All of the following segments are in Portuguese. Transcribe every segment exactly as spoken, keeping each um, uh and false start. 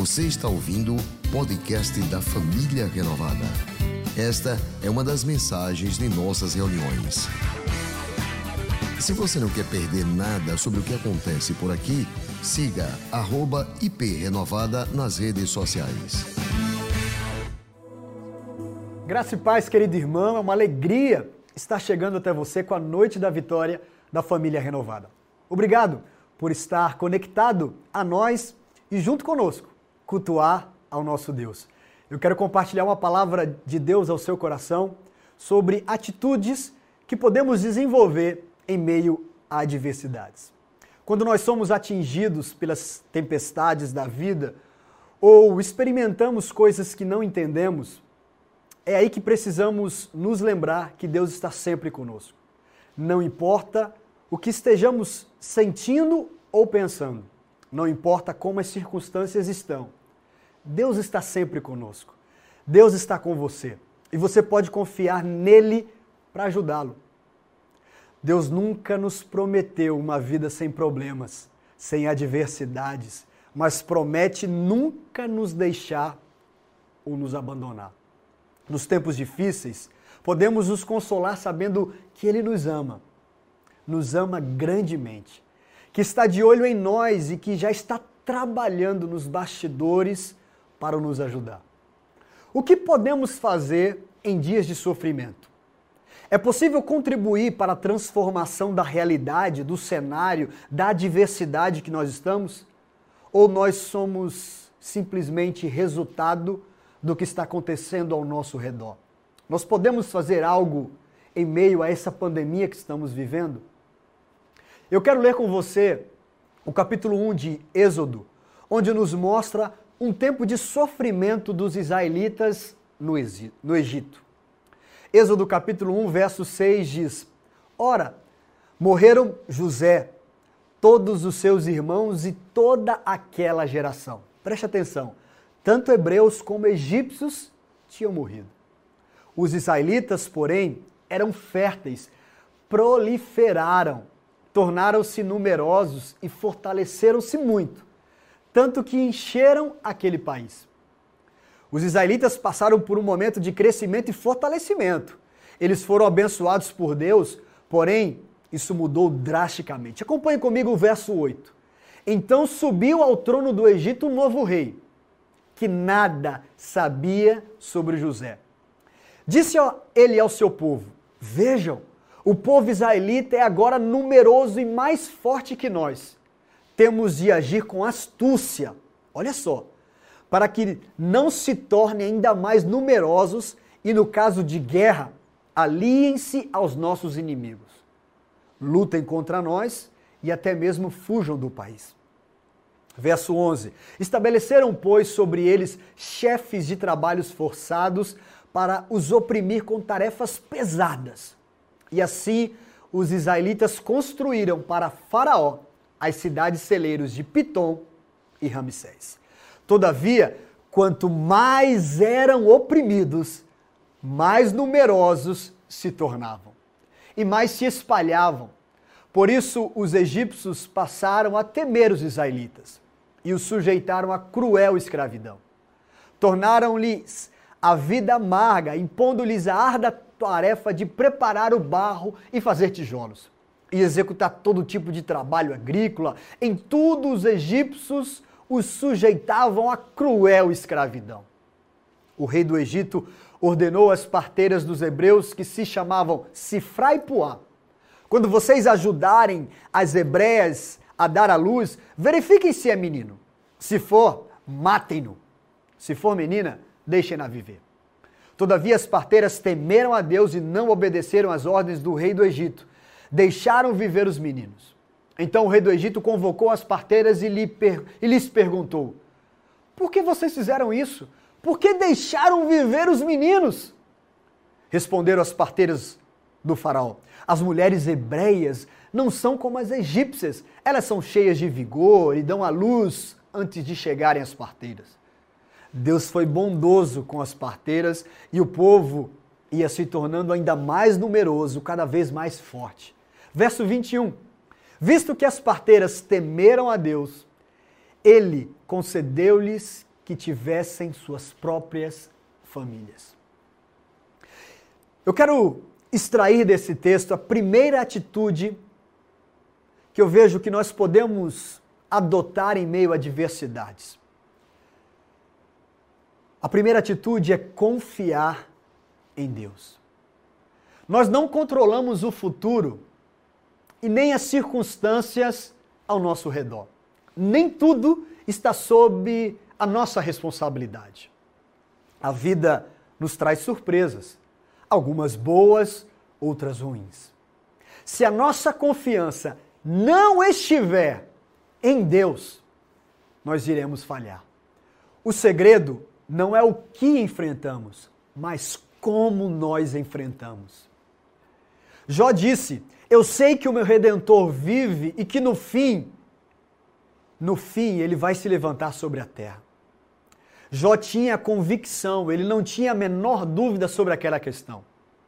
Você está ouvindo o podcast da Família Renovada. Esta é uma das mensagens de nossas reuniões. Se você não quer perder nada sobre o que acontece por aqui, siga arroba I P Renovada nas redes sociais. Graça e paz, querido irmão, é uma alegria estar chegando até você com a Noite da Vitória da Família Renovada. Obrigado por estar conectado a nós e junto conosco cultuar ao nosso Deus. Eu quero compartilhar uma palavra de Deus ao seu coração sobre atitudes que podemos desenvolver em meio a adversidades. Quando nós somos atingidos pelas tempestades da vida ou experimentamos coisas que não entendemos, é aí que precisamos nos lembrar que Deus está sempre conosco. Não importa o que estejamos sentindo ou pensando, não importa como as circunstâncias estão, Deus está sempre conosco. Deus está com você e você pode confiar nele para ajudá-lo. Deus nunca nos prometeu uma vida sem problemas, sem adversidades, mas promete nunca nos deixar ou nos abandonar. Nos tempos difíceis, podemos nos consolar sabendo que Ele nos ama, nos ama grandemente, que está de olho em nós e que já está trabalhando nos bastidores para nos ajudar. O que podemos fazer em dias de sofrimento? É possível contribuir para a transformação da realidade, do cenário, da adversidade que nós estamos? Ou nós somos simplesmente resultado do que está acontecendo ao nosso redor? Nós podemos fazer algo em meio a essa pandemia que estamos vivendo? Eu quero ler com você o capítulo um de Êxodo, onde nos mostra um tempo de sofrimento dos israelitas no Egito. Êxodo capítulo um, verso seis diz: Ora, morreram José, todos os seus irmãos e toda aquela geração. Preste atenção, tanto hebreus como egípcios tinham morrido. Os israelitas, porém, eram férteis, proliferaram, tornaram-se numerosos e fortaleceram-se muito, tanto que encheram aquele país. Os israelitas passaram por um momento de crescimento e fortalecimento. Eles foram abençoados por Deus, porém, isso mudou drasticamente. Acompanhe comigo o verso oito. Então subiu ao trono do Egito um novo rei, que nada sabia sobre José. Disse ele ao seu povo: Vejam, o povo israelita é agora numeroso e mais forte que nós. Temos de agir com astúcia. Olha só. Para que não se tornem ainda mais numerosos e, no caso de guerra, aliem-se aos nossos inimigos. Lutem contra nós e até mesmo fujam do país. Verso onze. Estabeleceram, pois, sobre eles chefes de trabalhos forçados para os oprimir com tarefas pesadas. E assim os israelitas construíram para Faraó as cidades celeiros de Pitom e Ramsés. Todavia, quanto mais eram oprimidos, mais numerosos se tornavam e mais se espalhavam. Por isso, os egípcios passaram a temer os israelitas e os sujeitaram a cruel escravidão. Tornaram-lhes a vida amarga, impondo-lhes a árdua tarefa de preparar o barro e fazer tijolos e executar todo tipo de trabalho agrícola. Em tudo, os egípcios os sujeitavam a cruel escravidão. O rei do Egito ordenou às parteiras dos hebreus, que se chamavam Sifra e Puá: quando vocês ajudarem as hebreias a dar à luz, verifiquem se é menino. Se for, matem-no. Se for menina, deixem-na viver. Todavia as parteiras temeram a Deus e não obedeceram às ordens do rei do Egito. Deixaram viver os meninos. Então o rei do Egito convocou as parteiras e, lhe per... e lhes perguntou: Por que vocês fizeram isso? Por que deixaram viver os meninos? Responderam as parteiras do faraó: As mulheres hebreias não são como as egípcias. Elas são cheias de vigor e dão à luz antes de chegarem as parteiras. Deus foi bondoso com as parteiras e o povo ia se tornando ainda mais numeroso, cada vez mais forte. Verso vinte e um. Visto que as parteiras temeram a Deus, ele concedeu-lhes que tivessem suas próprias famílias. Eu quero extrair desse texto a primeira atitude que eu vejo que nós podemos adotar em meio a adversidades. A primeira atitude é confiar em Deus. Nós não controlamos o futuro e nem as circunstâncias ao nosso redor. Nem tudo está sob a nossa responsabilidade. A vida nos traz surpresas, algumas boas, outras ruins. Se a nossa confiança não estiver em Deus, nós iremos falhar. O segredo não é o que enfrentamos, mas como nós enfrentamos. Jó disse: eu sei que o meu Redentor vive e que no fim, no fim ele vai se levantar sobre a terra. Jó tinha convicção, ele não tinha a menor dúvida sobre aquela questão.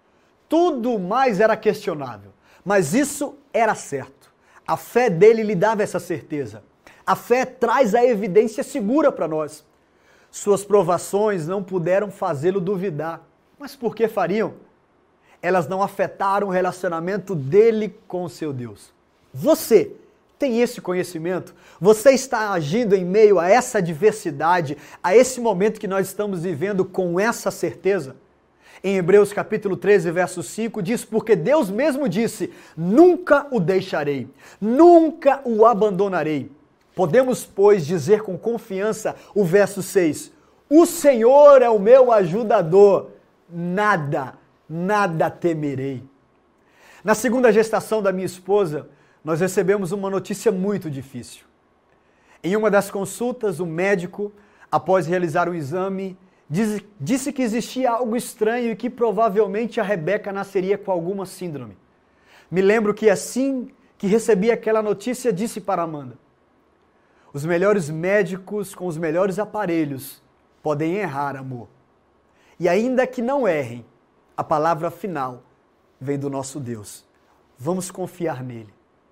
Tudo mais era questionável, mas isso era certo. A fé dele lhe dava essa certeza. A fé traz a evidência segura para nós. Suas provações não puderam fazê-lo duvidar. Mas por que fariam? Elas não afetaram o relacionamento dele com o seu Deus. Você tem esse conhecimento? Você está agindo em meio a essa adversidade, a esse momento que nós estamos vivendo com essa certeza? Em Hebreus capítulo treze, verso cinco, diz: porque Deus mesmo disse, nunca o deixarei, nunca o abandonarei. Podemos, pois, dizer com confiança o verso seis, o Senhor é o meu ajudador, nada, nada temerei. Na segunda gestação da minha esposa, nós recebemos uma notícia muito difícil. Em uma das consultas, o médico, após realizar um exame, diz, disse que existia algo estranho e que provavelmente a Rebeca nasceria com alguma síndrome. Me lembro que assim que recebi aquela notícia, disse para Amanda: os melhores médicos com os melhores aparelhos podem errar, amor. E ainda que não errem, a palavra final vem do nosso Deus. Vamos confiar nele.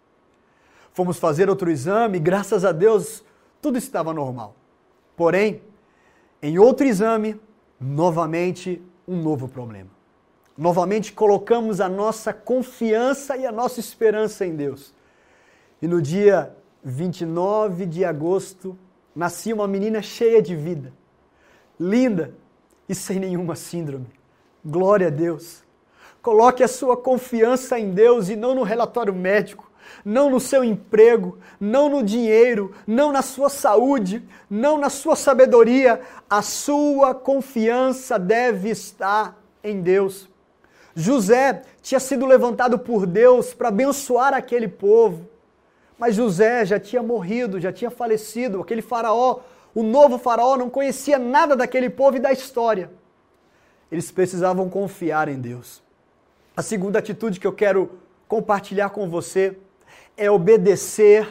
Fomos fazer outro exame e, graças a Deus, tudo estava normal. Porém, em outro exame, novamente, um novo problema. Novamente colocamos a nossa confiança e a nossa esperança em Deus. E no dia vinte e nove de agosto, nascia uma menina cheia de vida, linda e sem nenhuma síndrome. Glória a Deus. Coloque a sua confiança em Deus e não no relatório médico, não no seu emprego, não no dinheiro, não na sua saúde, não na sua sabedoria. A sua confiança deve estar em Deus. José tinha sido levantado por Deus para abençoar aquele povo, mas José já tinha morrido, já tinha falecido. Aquele faraó, o novo faraó, não conhecia nada daquele povo e da história. Eles precisavam confiar em Deus. A segunda atitude que eu quero compartilhar com você é obedecer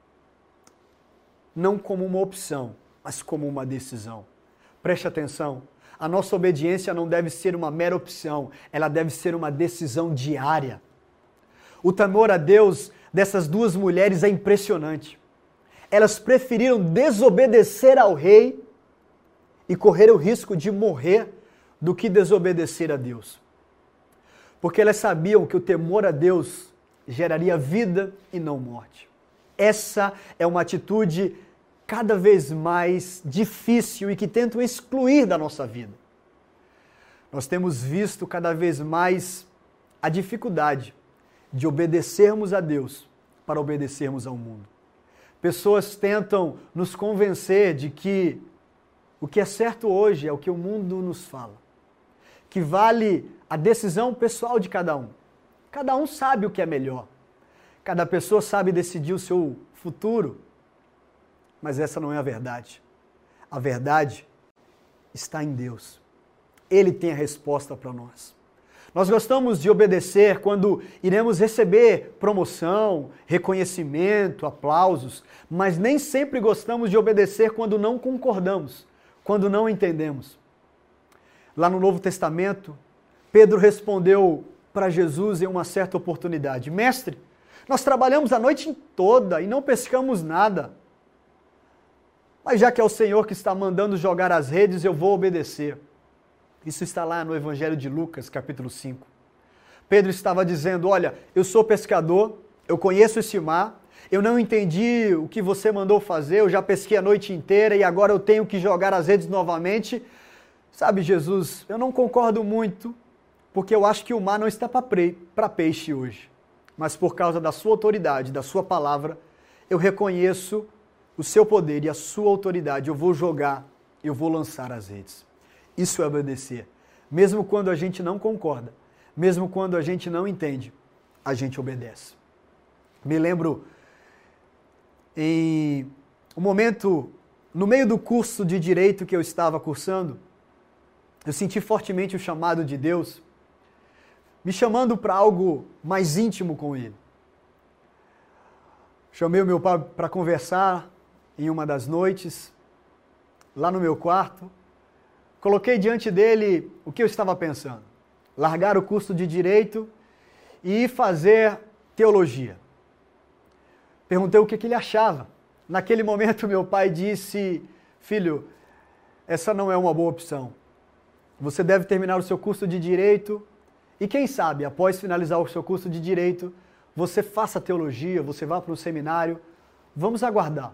não como uma opção, mas como uma decisão. Preste atenção, a nossa obediência não deve ser uma mera opção, ela deve ser uma decisão diária. O temor a Deus dessas duas mulheres é impressionante. Elas preferiram desobedecer ao rei e correr o risco de morrer do que desobedecer a Deus. Porque elas sabiam que o temor a Deus geraria vida e não morte. Essa é uma atitude cada vez mais difícil e que tentam excluir da nossa vida. Nós temos visto cada vez mais a dificuldade de obedecermos a Deus para obedecermos ao mundo. Pessoas tentam nos convencer de que o que é certo hoje é o que o mundo nos fala, que vale a decisão pessoal de cada um. Cada um sabe o que é melhor. Cada pessoa sabe decidir o seu futuro. Mas essa não é a verdade. A verdade está em Deus. Ele tem a resposta para nós. Nós gostamos de obedecer quando iremos receber promoção, reconhecimento, aplausos, mas nem sempre gostamos de obedecer quando não concordamos, quando não entendemos. Lá no Novo Testamento, Pedro respondeu para Jesus em uma certa oportunidade: Mestre, nós trabalhamos a noite toda e não pescamos nada. Mas já que é o Senhor que está mandando jogar as redes, eu vou obedecer. Isso está lá no Evangelho de Lucas, capítulo cinco. Pedro estava dizendo, olha, eu sou pescador, eu conheço esse mar, eu não entendi o que você mandou fazer, eu já pesquei a noite inteira e agora eu tenho que jogar as redes novamente. Sabe, Jesus, eu não concordo muito, porque eu acho que o mar não está para peixe hoje. Mas por causa da sua autoridade, da sua palavra, eu reconheço o seu poder e a sua autoridade. Eu vou jogar, eu vou lançar as redes. Isso é obedecer. Mesmo quando a gente não concorda, mesmo quando a gente não entende, a gente obedece. Me lembro em um momento, no meio do curso de Direito que eu estava cursando, eu senti fortemente o chamado de Deus, me chamando para algo mais íntimo com Ele. Chamei o meu pai para conversar em uma das noites, lá no meu quarto. Coloquei diante dele o que eu estava pensando. Largar o curso de Direito e fazer teologia. Perguntei o que, que ele achava. Naquele momento, meu pai disse, filho, essa não é uma boa opção. Você deve terminar o seu curso de Direito e, quem sabe, após finalizar o seu curso de Direito, você faça teologia, você vá para um seminário. Vamos aguardar.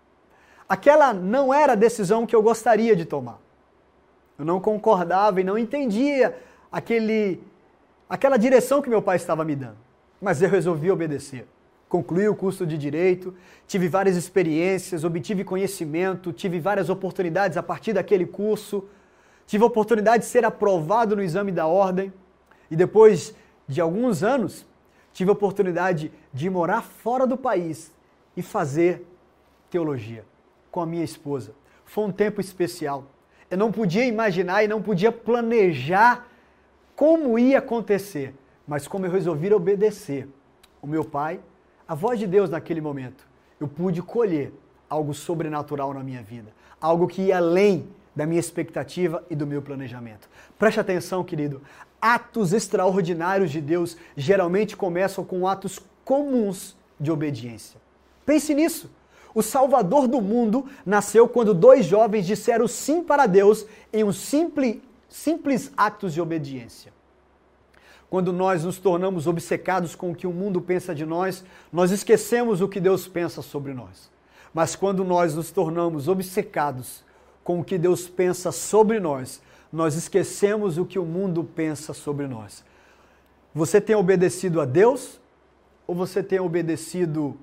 Aquela não era a decisão que eu gostaria de tomar. Eu não concordava e não entendia aquele, aquela direção que meu pai estava me dando. Mas eu resolvi obedecer. Concluí o curso de Direito, tive várias experiências, obtive conhecimento, tive várias oportunidades a partir daquele curso, tive a oportunidade de ser aprovado no exame da ordem e depois de alguns anos, tive a oportunidade de morar fora do país e fazer teologia com a minha esposa. Foi um tempo especial. Eu não podia imaginar e não podia planejar como ia acontecer, mas como eu resolvi obedecer o meu pai, a voz de Deus naquele momento, eu pude colher algo sobrenatural na minha vida, algo que ia além da minha expectativa e do meu planejamento. Preste atenção, querido, atos extraordinários de Deus geralmente começam com atos comuns de obediência. Pense nisso. O Salvador do mundo nasceu quando dois jovens disseram sim para Deus em um simples, simples atos de obediência. Quando nós nos tornamos obcecados com o que o mundo pensa de nós, nós esquecemos o que Deus pensa sobre nós. Mas quando nós nos tornamos obcecados com o que Deus pensa sobre nós, nós esquecemos o que o mundo pensa sobre nós. Você tem obedecido a Deus ou você tem obedecido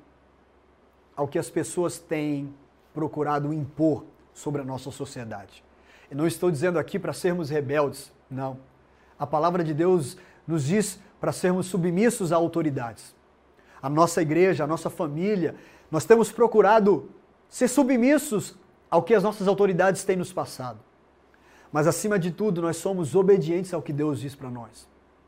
ao que as pessoas têm procurado impor sobre a nossa sociedade? Eu não estou dizendo aqui para sermos rebeldes, não. A palavra de Deus nos diz para sermos submissos a autoridades. A nossa igreja, a nossa família, nós temos procurado ser submissos ao que as nossas autoridades têm nos passado. Mas acima de tudo, nós somos obedientes ao que Deus diz para nós.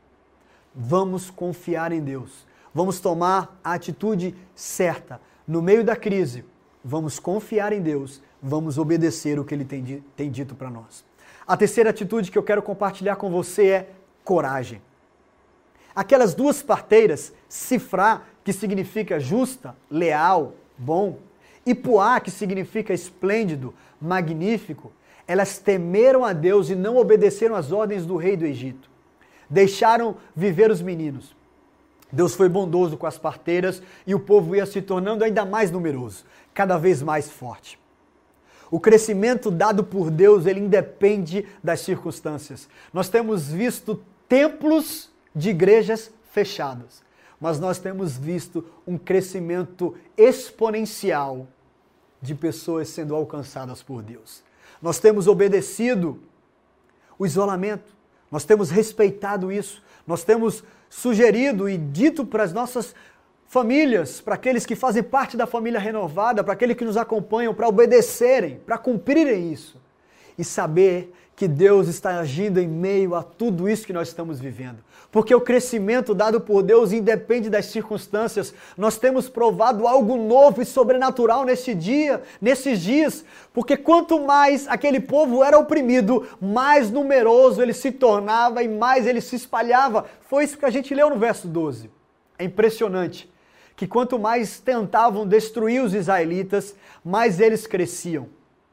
Vamos confiar em Deus. Vamos tomar a atitude certa. No meio da crise, vamos confiar em Deus, vamos obedecer o que Ele tem, tem dito para nós. A terceira atitude que eu quero compartilhar com você é coragem. Aquelas duas parteiras, Sifrá, que significa justa, leal, bom, e Puá, que significa esplêndido, magnífico, elas temeram a Deus e não obedeceram às ordens do rei do Egito. Deixaram viver os meninos. Deus foi bondoso com as parteiras e o povo ia se tornando ainda mais numeroso, cada vez mais forte. O crescimento dado por Deus, ele independe das circunstâncias. Nós temos visto templos de igrejas fechadas, mas nós temos visto um crescimento exponencial de pessoas sendo alcançadas por Deus. Nós temos obedecido o isolamento, nós temos respeitado isso, nós temos sugerido e dito para as nossas famílias, para aqueles que fazem parte da família renovada, para aqueles que nos acompanham, para obedecerem, para cumprirem isso e saber que Deus está agindo em meio a tudo isso que nós estamos vivendo. Porque o crescimento dado por Deus independe das circunstâncias. Nós temos provado algo novo e sobrenatural nesse dia, nesses dias, porque quanto mais aquele povo era oprimido, mais numeroso ele se tornava e mais ele se espalhava. Foi isso que a gente leu no verso doze. É impressionante que quanto mais tentavam destruir os israelitas, mais eles cresciam.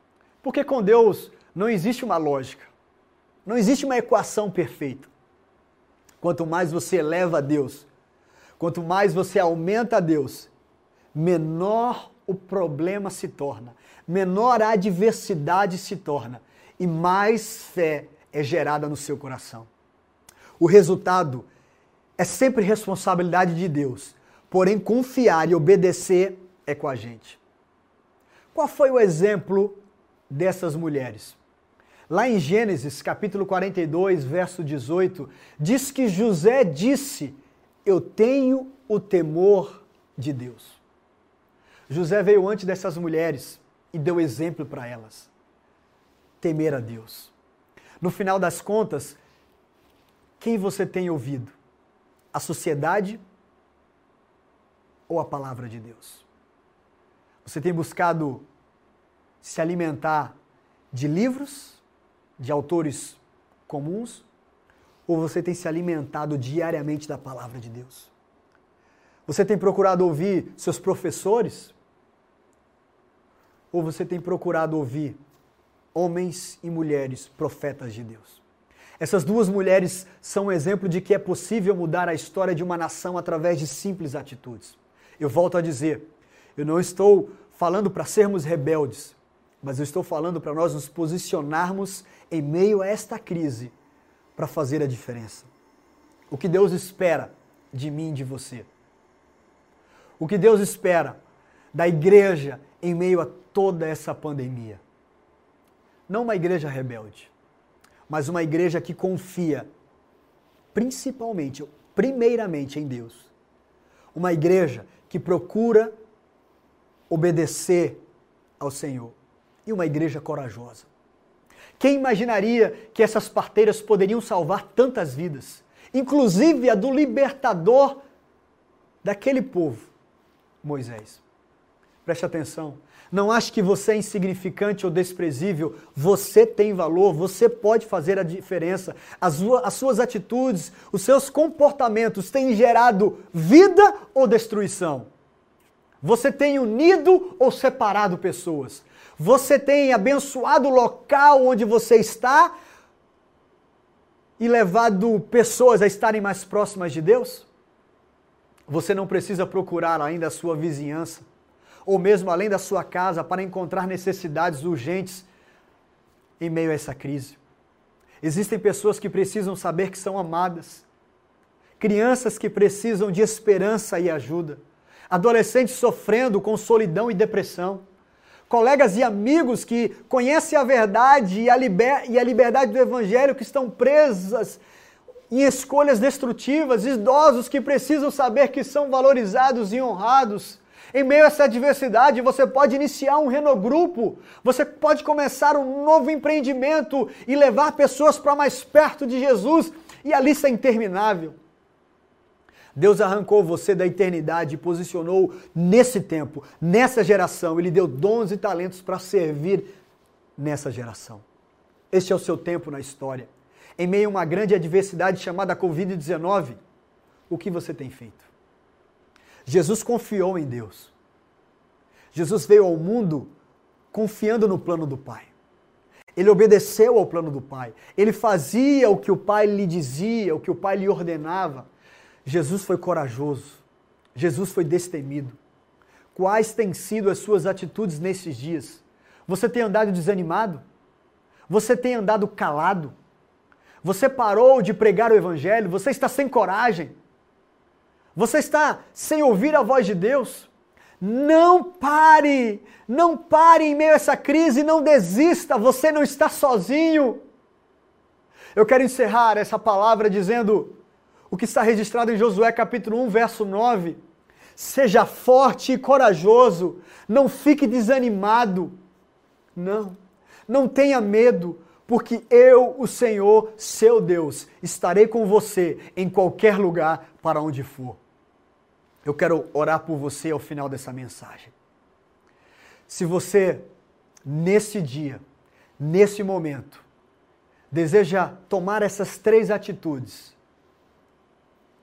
Porque com Deus não existe uma lógica, não existe uma equação perfeita. Quanto mais você eleva a Deus, quanto mais você aumenta a Deus, menor o problema se torna, menor a adversidade se torna e mais fé é gerada no seu coração. O resultado é sempre responsabilidade de Deus, porém confiar e obedecer é com a gente. Qual foi o exemplo dessas mulheres? Lá em Gênesis, capítulo quarenta e dois, verso dezoito, diz que José disse: eu tenho o temor de Deus. José veio antes dessas mulheres e deu exemplo para elas. Temer a Deus. No final das contas, quem você tem ouvido? A sociedade ou a palavra de Deus? Você tem buscado se alimentar de livros, de autores comuns, ou você tem se alimentado diariamente da palavra de Deus? Você tem procurado ouvir seus professores? Ou você tem procurado ouvir homens e mulheres profetas de Deus? Essas duas mulheres são um exemplo de que é possível mudar a história de uma nação através de simples atitudes. Eu volto a dizer, eu não estou falando para sermos rebeldes, mas eu estou falando para nós nos posicionarmos em meio a esta crise para fazer a diferença. O que Deus espera de mim e de você? O que Deus espera da igreja em meio a toda essa pandemia? Não uma igreja rebelde, mas uma igreja que confia principalmente, primeiramente em Deus. Uma igreja que procura obedecer ao Senhor. E uma igreja corajosa. Quem imaginaria que essas parteiras poderiam salvar tantas vidas? Inclusive a do libertador daquele povo, Moisés. Preste atenção. Não ache que você é insignificante ou desprezível. Você tem valor, você pode fazer a diferença. As, as suas atitudes, os seus comportamentos têm gerado vida ou destruição? Você tem unido ou separado pessoas? Você tem abençoado o local onde você está e levado pessoas a estarem mais próximas de Deus? Você não precisa procurar ainda a sua vizinhança, ou mesmo além da sua casa, para encontrar necessidades urgentes em meio a essa crise. Existem pessoas que precisam saber que são amadas, crianças que precisam de esperança e ajuda, adolescentes sofrendo com solidão e depressão, colegas e amigos que conhecem a verdade e a, liber... e a liberdade do Evangelho que estão presas em escolhas destrutivas, idosos que precisam saber que são valorizados e honrados. Em meio a essa adversidade, você pode iniciar um renogrupo, você pode começar um novo empreendimento e levar pessoas para mais perto de Jesus, e a lista é interminável. Deus arrancou você da eternidade e posicionou nesse tempo, nessa geração. Ele deu dons e talentos para servir nessa geração. Este é o seu tempo na história. Em meio a uma grande adversidade chamada covid dezenove, o que você tem feito? Jesus confiou em Deus. Jesus veio ao mundo confiando no plano do Pai. Ele obedeceu ao plano do Pai. Ele fazia o que o Pai lhe dizia, o que o Pai lhe ordenava. Jesus foi corajoso. Jesus foi destemido. Quais têm sido as suas atitudes nesses dias? Você tem andado desanimado? Você tem andado calado? Você parou de pregar o Evangelho? Você está sem coragem? Você está sem ouvir a voz de Deus? Não pare! Não pare em meio a essa crise, não desista, você não está sozinho. Eu quero encerrar essa palavra dizendo o que está registrado em Josué capítulo um, verso nove. Seja forte e corajoso, não fique desanimado. Não, não tenha medo, porque eu, o Senhor, seu Deus, estarei com você em qualquer lugar para onde for. Eu quero orar por você ao final dessa mensagem. Se você, nesse dia, nesse momento, deseja tomar essas três atitudes: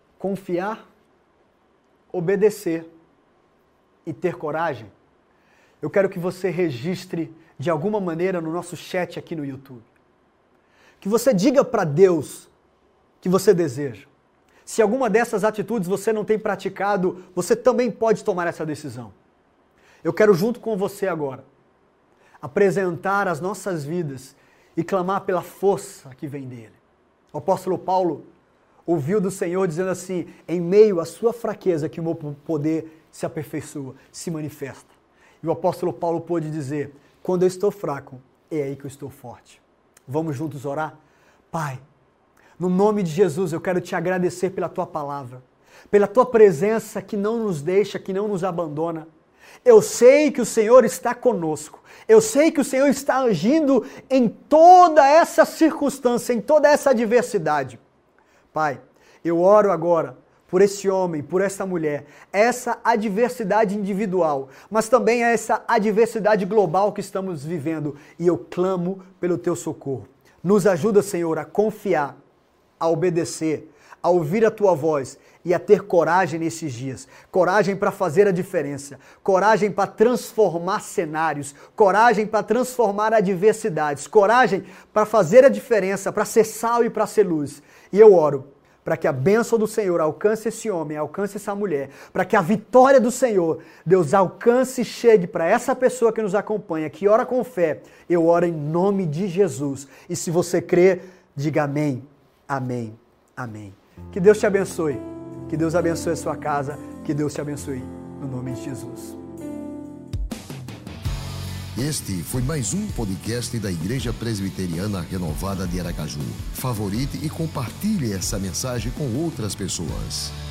confiar, obedecer e ter coragem, eu quero que você registre de alguma maneira no nosso chat aqui no YouTube. Que você diga para Deus que você deseja. Se alguma dessas atitudes você não tem praticado, você também pode tomar essa decisão. Eu quero junto com você agora apresentar as nossas vidas e clamar pela força que vem dele. O apóstolo Paulo ouviu do Senhor dizendo assim: em meio à sua fraqueza que o meu poder se aperfeiçoa, se manifesta. E o apóstolo Paulo pôde dizer: quando eu estou fraco, é aí que eu estou forte. Vamos juntos orar? Pai, no nome de Jesus, eu quero te agradecer pela tua palavra, pela tua presença que não nos deixa, que não nos abandona. Eu sei que o Senhor está conosco. Eu sei que o Senhor está agindo em toda essa circunstância, em toda essa adversidade. Pai, eu oro agora por esse homem, por essa mulher, essa adversidade individual, mas também essa adversidade global que estamos vivendo. E eu clamo pelo teu socorro. Nos ajuda, Senhor, a confiar, a obedecer, a ouvir a tua voz e a ter coragem nesses dias. Coragem para fazer a diferença. Coragem para transformar cenários. Coragem para transformar adversidades. Coragem para fazer a diferença, para ser sal e para ser luz. E eu oro para que a bênção do Senhor alcance esse homem, alcance essa mulher, para que a vitória do Senhor, Deus, alcance e chegue para essa pessoa que nos acompanha, que ora com fé. Eu oro em nome de Jesus. E se você crê, diga amém, amém, amém. Que Deus te abençoe, que Deus abençoe a sua casa, que Deus te abençoe, no nome de Jesus. Este foi mais um podcast da Igreja Presbiteriana Renovada de Aracaju. Favorite e compartilhe essa mensagem com outras pessoas.